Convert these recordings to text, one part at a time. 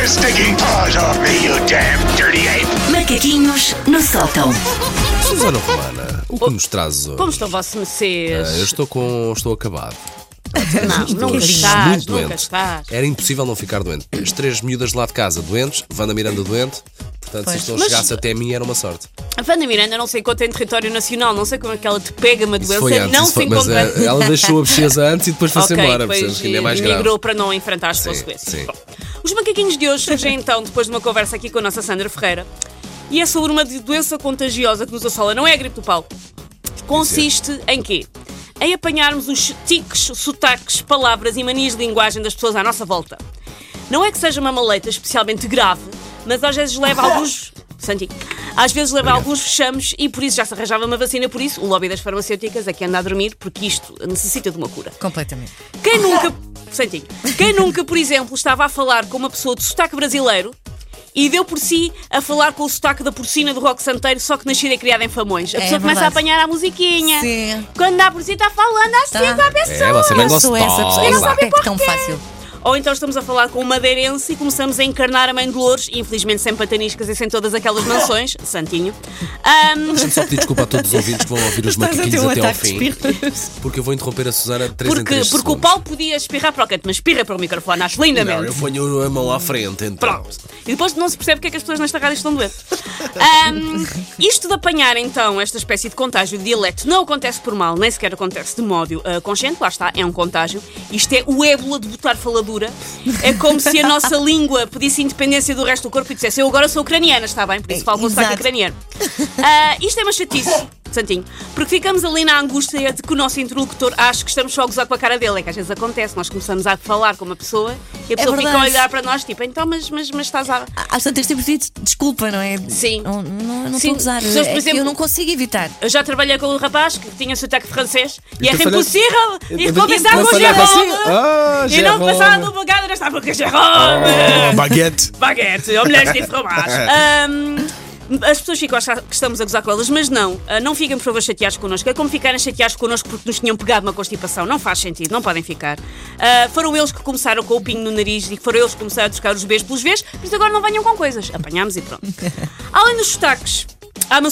stinking paws off me, you damn dirty ape! Macaquinhos no sótão. Susana Romana, o que nos traz hoje? Como estão vossos mercês? Eu estou acabado. Não, nunca Muito estás, doente. nunca estás. Era impossível não ficar doente. As 3 miúdas lá de casa doentes, Wanda Miranda doente. Portanto, se isto não chegasse até a mim, era uma sorte. A Wanda Miranda não sei quanto é em território nacional, não sei como é que ela te pega uma Isso doença, foi antes, não isso se foi, mas encontra. ela deixou a bexesa antes e depois foi-se Ok, embora. depois Percebes que ainda é mais grave. migrou para não enfrentar as Sim, consequências. sim. Bom, os macaquinhos de hoje surgem então depois de uma conversa aqui com a nossa Sandra Ferreira e é sobre uma doença contagiosa que nos assola. Não é a gripe do pau. Consiste em quê? Em apanharmos os tiques, sotaques, palavras e manias de linguagem das pessoas à nossa volta. Não é que seja uma maleita especialmente grave, mas às vezes leva alguns... Santi, às vezes leva alguns vexames e por isso já se arranjava uma vacina. Por isso, o lobby das farmacêuticas é que anda a dormir, porque isto necessita de uma cura. Completamente. Quem nunca, por exemplo, estava a falar com uma pessoa de sotaque brasileiro e deu por si a falar com o sotaque da porcina do rock santeiro, só que nascida e criada em Famões. A pessoa começa a verdade. apanhar a musiquinha. Sim. Quando dá por si, está falando assim com a pessoa. você bem Eu sou essa pessoa. gostosa. Não é tão fácil. Ou então estamos a falar com um madeirense e começamos a encarnar a Mãe de Loures, infelizmente sem pataniscas e sem todas aquelas mansões, Santinho. Deixa-me só pedir desculpa a todos os ouvintes que vão ouvir os Estás a ter macaquinhos um até ao ataque de fim. espirros. Porque eu vou interromper a Susana 3 em 3 Porque segundos. o Paulo podia espirrar para o canto, mas espirra para o microfone, acho lindamente. Não, eu ponho a mão à frente, então. Pronto. E depois não se percebe porque é que as pessoas nesta rádio estão doentes. Isto de apanhar então esta espécie de contágio de dialeto não acontece por mal, nem sequer acontece de modo consciente, lá está, é um contágio. Isto é o ébola de botar faladura. É como se a nossa língua pedisse independência do resto do corpo e dissesse: eu agora sou ucraniana, está bem? Por isso falo com o sotaque Exato. ucraniano. Isto é uma chatice, Santinho, porque ficamos ali na angústia de que o nosso interlocutor acha que estamos só a gozar com a cara dele. É que às vezes acontece, nós começamos a falar com uma pessoa e a pessoa fica a verdade. olhar para nós tipo: então, mas estás a. Às tantas temos pedido desculpa, não é? Sim. Não Sim. estou a usar. Pessoas, por É que exemplo, eu não consigo evitar. Eu já trabalhei com um rapaz que tinha sotaque francês e era tu falhas- impossível e Eu- conversar não com o falhava Jérôme assim? Ah, e não Jérôme. passar do bocado nesta boca Jérôme. Oh, baguete. Baguete, omelete de fromage. As pessoas ficam a achar que estamos a gozar com elas, mas não. Não fiquem, por favor, chateados connosco. É como ficarem chateados connosco porque nos tinham pegado uma constipação. Não faz sentido, não podem ficar. Foram eles que começaram com o pinho no nariz e foram eles que começaram a trocar os Bs pelos Vs, por isso agora não venham com coisas. Apanhámos e pronto. Além dos sotaques, há uma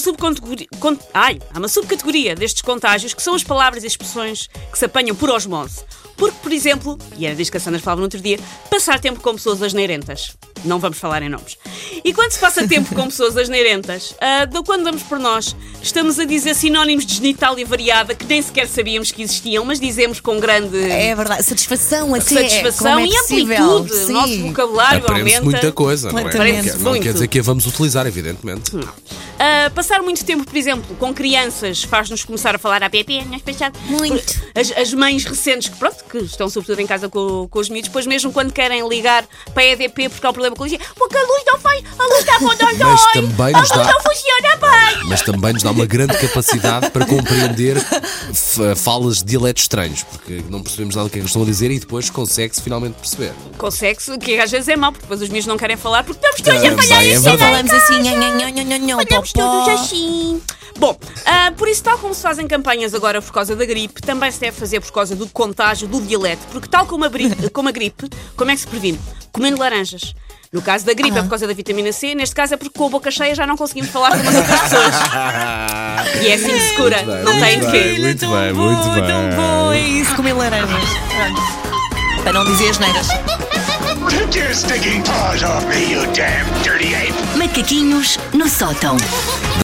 subcategoria destes contágios que são as palavras e expressões que se apanham por osmose. Porque, por exemplo, e era disso que a Sandra falava no outro dia, passar tempo com pessoas asneirentas. Não vamos falar em nomes. E quando se passa tempo com pessoas asneirentas, quando damos por nós, estamos a dizer sinónimos de genitália variada que nem sequer sabíamos que existiam, mas dizemos com grande É verdade. Satisfação, até. satisfação como é e possível. amplitude. O Sim. nosso vocabulário Aprende-se aumenta. muita coisa, não é? Completamente. Não Muito. quer dizer que a vamos utilizar, evidentemente. Passar muito tempo, por exemplo, com crianças faz-nos começar a falar a PP, não é fechado? Muito. As mães recentes que estão sobretudo em casa com os miúdos, depois mesmo quando querem ligar para a EDP porque há um problema com a luz, porque a luz não faz, a luz está a Mas também a nos luz dá- não funciona bem. Mas também nos dá uma grande capacidade para compreender falas de dialetos estranhos, porque não percebemos nada do que é que estão a dizer e depois consegue-se finalmente perceber. Consegue-se, que às vezes é mau, porque depois os miúdos não querem falar porque estamos todos a Também falhar é assim, verdade. Falamos assim, nho, Falamos popó. todos assim. Bom, por isso, tal como se fazem campanhas agora por causa da gripe, também se deve fazer por causa do contágio do dialeto, porque tal como a gripe, como é que se previne? Comendo laranjas. No caso da gripe é por causa da vitamina C, neste caso é porque com a boca cheia já não conseguimos falar com as outras pessoas. E é assim que se cura. Muito bem, Não tem muito de bem. quê. Muito bem, muito Tão bem. bom, é isso, comer laranjas. Pronto. Para não dizer as neiras. Take your stinking paws off me, you damn dirty ape! Macaquinhos no sótão.